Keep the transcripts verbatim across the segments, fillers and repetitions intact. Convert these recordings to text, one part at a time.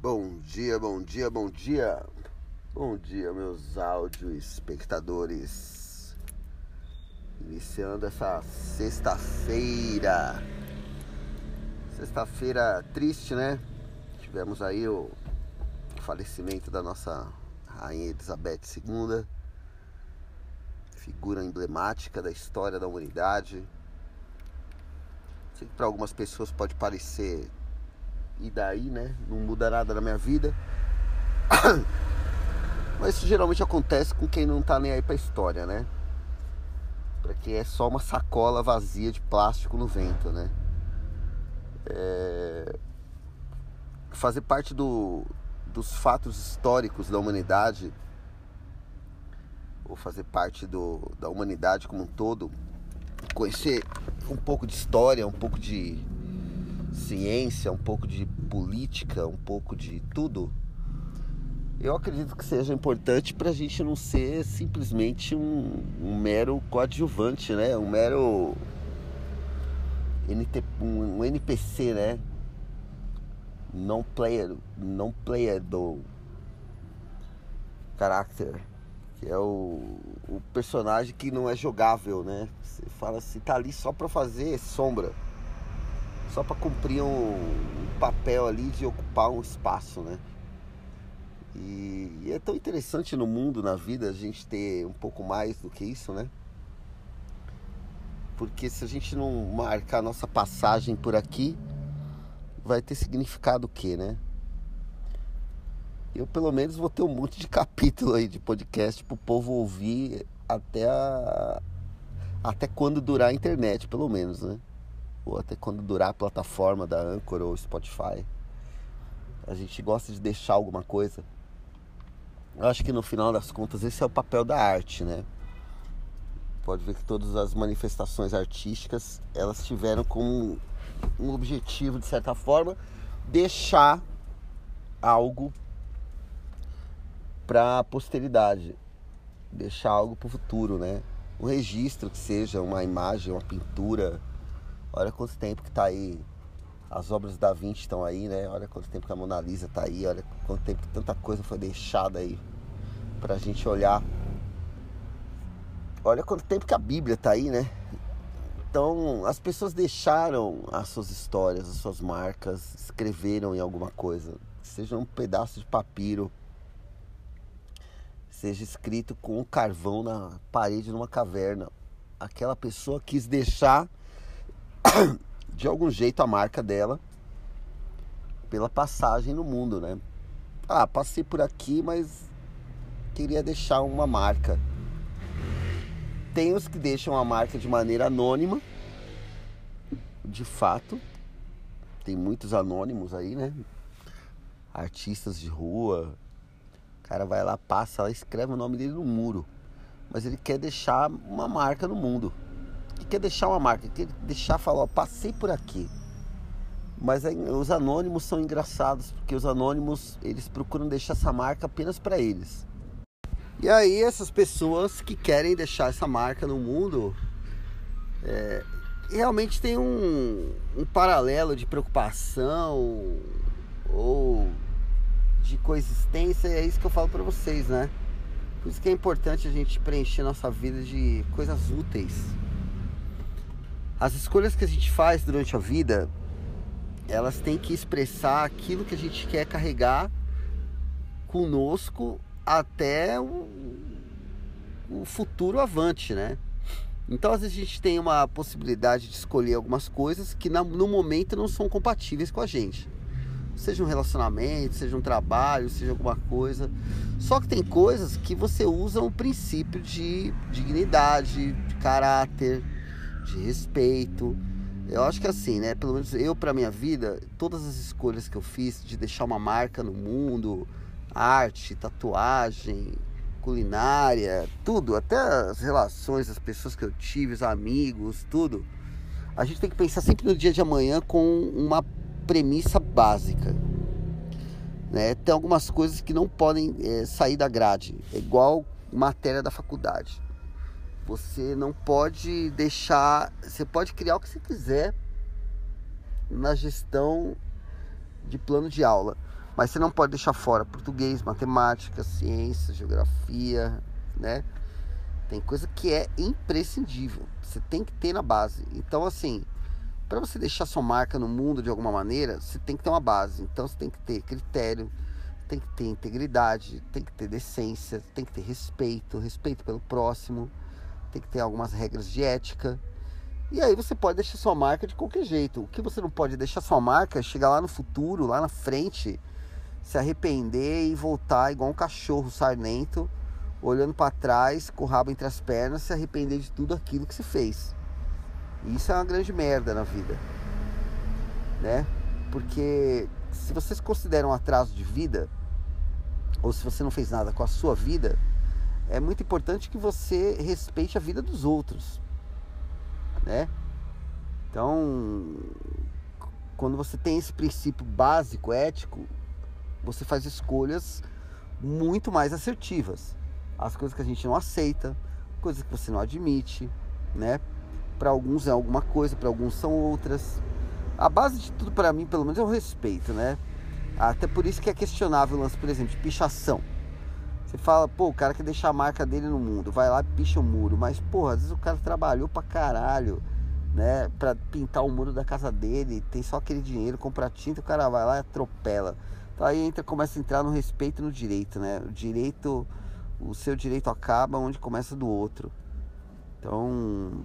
Bom dia, bom dia, bom dia. Bom dia, meus áudio espectadores. Iniciando essa sexta-feira. Sexta-feira triste, né? Tivemos aí o falecimento da nossa Rainha Elizabeth segunda, figura emblemática da história da humanidade. Sei que para algumas pessoas pode parecer, e daí, né? Não muda nada na minha vida. Mas isso geralmente acontece com quem não tá nem aí pra história, né? Pra quem é só uma sacola vazia de plástico no vento, né? É... Fazer parte do, dos fatos históricos da humanidade, ou fazer parte do, da humanidade como um todo, conhecer um pouco de história, um pouco de ciência, um pouco de política, um pouco de tudo, eu acredito que seja importante para a gente não ser simplesmente um, um mero coadjuvante, né? Um mero N T, um, um N P C, né? Non player, non playable character, que é o, o personagem que não é jogável, né? Você fala assim, tá ali só para fazer sombra, só para cumprir um, um papel ali de ocupar um espaço, né? E, e é tão interessante no mundo, na vida, a gente ter um pouco mais do que isso, né? Porque se a gente não marcar a nossa passagem por aqui, vai ter significado o quê, né? Eu pelo menos vou ter um monte de capítulo aí de podcast pro povo ouvir até a, até quando durar a internet, pelo menos, né? Ou até quando durar a plataforma da Anchor ou Spotify. A gente gosta de deixar alguma coisa. Eu acho que no final das contas esse é o papel da arte, né? Pode ver que todas as manifestações artísticas, elas tiveram como um objetivo, de certa forma, deixar algo para a posteridade, deixar algo para o futuro, né? Um registro, que seja uma imagem, uma pintura. Olha quanto tempo que tá aí, as obras da Vinci estão aí, né? Olha quanto tempo que a Mona Lisa tá aí, olha quanto tempo que tanta coisa foi deixada aí pra gente olhar. Olha quanto tempo que a Bíblia tá aí, né? Então, as pessoas deixaram as suas histórias, as suas marcas, escreveram em alguma coisa, seja um pedaço de papiro, seja escrito com um carvão na parede numa caverna. Aquela pessoa quis deixar de algum jeito a marca dela pela passagem no mundo, né? Ah, passei por aqui, mas queria deixar uma marca. Tem os que deixam a marca de maneira anônima, de fato. Tem muitos anônimos aí, né? Artistas de rua. O cara vai lá, passa lá, escreve o nome dele no muro, mas ele quer deixar uma marca no mundo. Ele quer deixar uma marca, ele quer deixar, falar, ó, passei por aqui. Mas aí, os anônimos são engraçados, porque os anônimos, eles procuram deixar essa marca apenas para eles. E aí essas pessoas que querem deixar essa marca no mundo, é, realmente tem um, um paralelo de preocupação ou de coexistência, e é isso que eu falo para vocês, né? Por isso que é importante a gente preencher nossa vida de coisas úteis. As escolhas que a gente faz durante a vida, elas têm que expressar aquilo que a gente quer carregar conosco até o, o futuro avante, né? Então, às vezes a gente tem uma possibilidade de escolher algumas coisas que no momento não são compatíveis com a gente. Seja um relacionamento, seja um trabalho, seja alguma coisa. Só que tem coisas que você usa um princípio de dignidade, de caráter, de respeito. Eu acho que assim, né? Pelo menos eu, pra minha vida, todas as escolhas que eu fiz de deixar uma marca no mundo, arte, tatuagem, culinária, tudo, até as relações, as pessoas que eu tive, os amigos, tudo, a gente tem que pensar sempre no dia de amanhã com uma premissa básica, né? Tem algumas coisas que não podem é, sair da grade, é igual matéria da faculdade. Você não pode deixar, você pode criar o que você quiser na gestão de plano de aula. Mas você não pode deixar fora português, matemática, ciência, geografia, né? Tem coisa que é imprescindível. Você tem que ter na base. Então, assim, para você deixar sua marca no mundo de alguma maneira, você tem que ter uma base. Então, você tem que ter critério, tem que ter integridade, tem que ter decência, tem que ter respeito, respeito pelo próximo, tem que ter algumas regras de ética. E aí você pode deixar sua marca de qualquer jeito. O que você não pode deixar sua marca é chegar lá no futuro, lá na frente, se arrepender e voltar igual um cachorro sarnento, olhando para trás, com o rabo entre as pernas, se arrepender de tudo aquilo que você fez. E isso é uma grande merda na vida, né? Porque se você se considera um atraso de vida, ou se você não fez nada com a sua vida, é muito importante que você respeite a vida dos outros, né? Então, quando você tem esse princípio básico, ético, você faz escolhas muito mais assertivas. As coisas que a gente não aceita, coisas que você não admite, né? Para alguns é alguma coisa, para alguns são outras. A base de tudo, para mim, pelo menos, é o respeito, né? Até por isso que é questionável o lance, por exemplo, de pichação. Você fala, pô, o cara quer deixar a marca dele no mundo, vai lá e picha o muro. Mas, porra, às vezes o cara trabalhou pra caralho, né? Pra pintar o muro da casa dele, tem só aquele dinheiro, compra tinta, o cara vai lá e atropela. Então aí entra, começa a entrar no respeito e no direito, né? O direito, o seu direito acaba onde começa do outro. Então,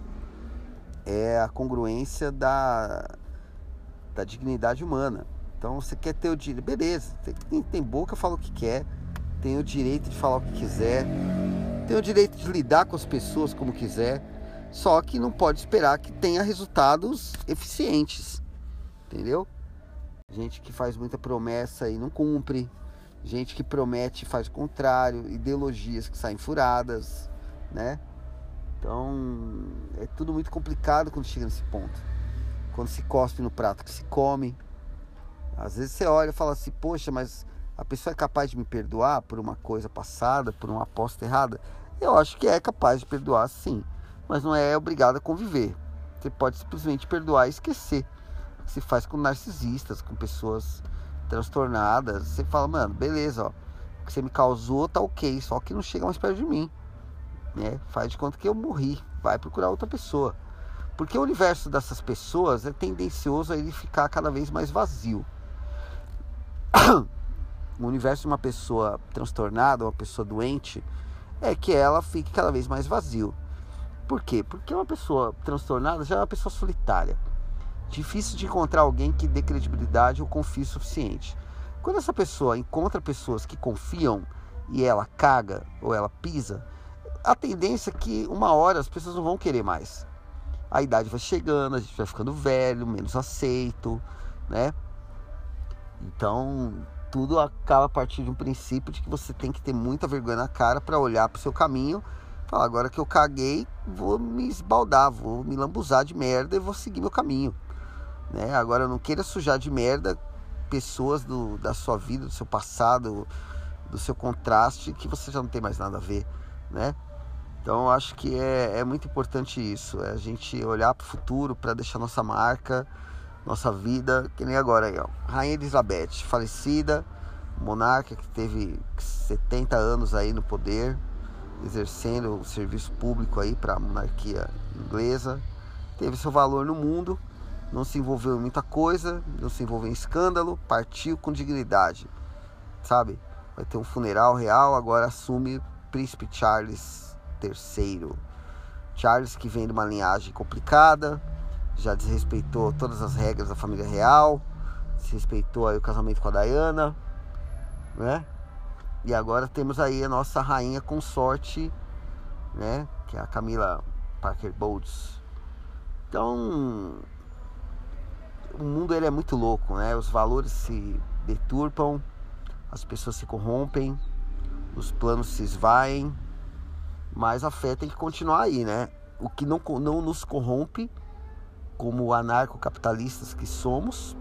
é a congruência da, da dignidade humana. Então, você quer ter o direito, beleza, tem, tem boca, fala o que quer, tem o direito de falar o que quiser, tem o direito de lidar com as pessoas como quiser, só que não pode esperar que tenha resultados eficientes, entendeu? Gente que faz muita promessa e não cumpre, gente que promete e faz o contrário, ideologias que saem furadas, né? Então, é tudo muito complicado quando chega nesse ponto. Quando se cospe no prato que se come. Às vezes você olha e fala assim, poxa, mas a pessoa é capaz de me perdoar por uma coisa passada, por uma aposta errada? Eu acho que é capaz de perdoar, sim, mas não é obrigado a conviver. Você pode simplesmente perdoar e esquecer. O que se faz com narcisistas, com pessoas transtornadas. Você fala, mano, beleza, ó, o que você me causou tá ok, só que não chega mais perto de mim, né? Faz de conta que eu morri, vai procurar outra pessoa. Porque o universo dessas pessoas é tendencioso a ele ficar cada vez mais vazio. O universo de uma pessoa transtornada, uma pessoa doente, é que ela fique cada vez mais vazio. Por quê? Porque uma pessoa transtornada já é uma pessoa solitária. Difícil de encontrar alguém que dê credibilidade ou confie o suficiente. Quando essa pessoa encontra pessoas que confiam e ela caga ou ela pisa, a tendência é que uma hora as pessoas não vão querer mais. A idade vai chegando, a gente vai ficando velho, menos aceito, né? Então, tudo acaba a partir de um princípio de que você tem que ter muita vergonha na cara para olhar para o seu caminho, falar, agora que eu caguei, vou me esbaldar, vou me lambuzar de merda e vou seguir meu caminho, né? Agora, não queira sujar de merda pessoas do, da sua vida, do seu passado, do seu contraste, que você já não tem mais nada a ver, né? Então, eu acho que é, é muito importante isso, é a gente olhar para o futuro para deixar nossa marca, nossa vida, que nem agora aí, ó. Rainha Elizabeth, falecida, monarca que teve setenta anos aí no poder, exercendo o serviço público aí para a monarquia inglesa, teve seu valor no mundo, não se envolveu em muita coisa, não se envolveu em escândalo, partiu com dignidade, sabe? Vai ter um funeral real, agora assume Príncipe Charles terceiro. Charles, que vem de uma linhagem complicada, já desrespeitou todas as regras da família real, desrespeitou aí o casamento com a Diana, né? E agora temos aí a nossa rainha consorte, né? Que é a Camila Parker Bowles. Então, o mundo ele é muito louco, né? Os valores se deturpam, as pessoas se corrompem, os planos se esvaem, mas a fé tem que continuar aí, né? O que não, não nos corrompe, como anarcocapitalistas que somos,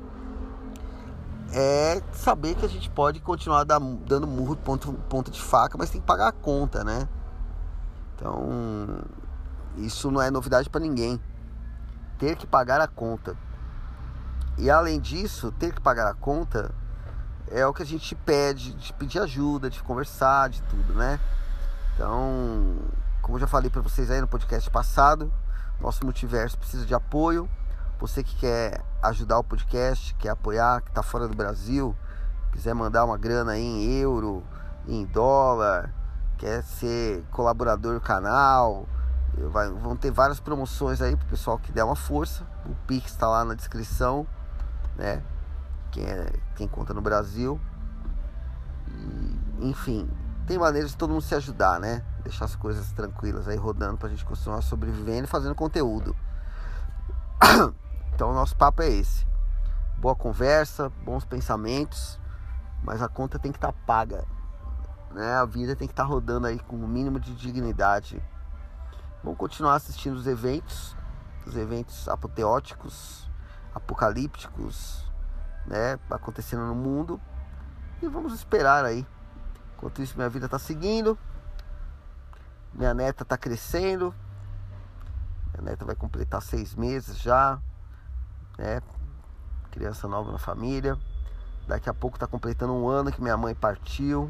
é saber que a gente pode continuar dando murro de ponta, ponta de faca, mas tem que pagar a conta, né? Então, isso não é novidade para ninguém. Ter que pagar a conta. E além disso, ter que pagar a conta é o que a gente pede, de pedir ajuda, de conversar, de tudo, né? Então, como eu já falei para vocês aí no podcast passado, nosso multiverso precisa de apoio. Você que quer ajudar o podcast, quer apoiar, que está fora do Brasil, quiser mandar uma grana aí em euro, em dólar, quer ser colaborador do canal, vai, vão ter várias promoções aí pro pessoal que der uma força. O Pix está lá na descrição, né? Quem, é, quem conta no Brasil. E, enfim, tem maneiras de todo mundo se ajudar, né? Deixar as coisas tranquilas aí rodando pra gente continuar sobrevivendo e fazendo conteúdo. Então o nosso papo é esse. Boa conversa, bons pensamentos, mas a conta tem que estar paga, né? A vida tem que estar rodando aí com o mínimo de dignidade. Vamos continuar assistindo os eventos, os eventos apoteóticos, apocalípticos, né? Acontecendo no mundo. E vamos esperar aí. Enquanto isso, minha vida está seguindo. Minha neta está crescendo. Minha neta vai completar seis meses já, né? Criança nova na família. Daqui a pouco está completando um ano que minha mãe partiu.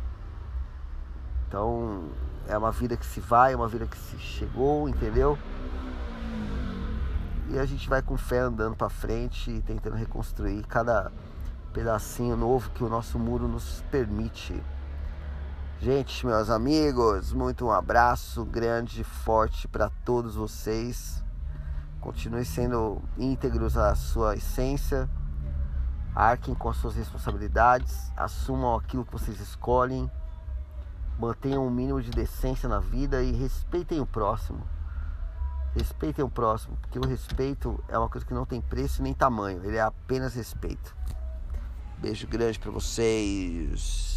Então é uma vida que se vai, é uma vida que se chegou, entendeu? E a gente vai com fé andando para frente e tentando reconstruir cada pedacinho novo que o nosso muro nos permite. Gente, meus amigos, muito um abraço grande e forte para todos vocês. Continuem sendo íntegros à sua essência. Arquem com as suas responsabilidades. Assumam aquilo que vocês escolhem. Mantenham um mínimo de decência na vida e respeitem o próximo. Respeitem o próximo, porque o respeito é uma coisa que não tem preço nem tamanho. Ele é apenas respeito. Beijo grande para vocês.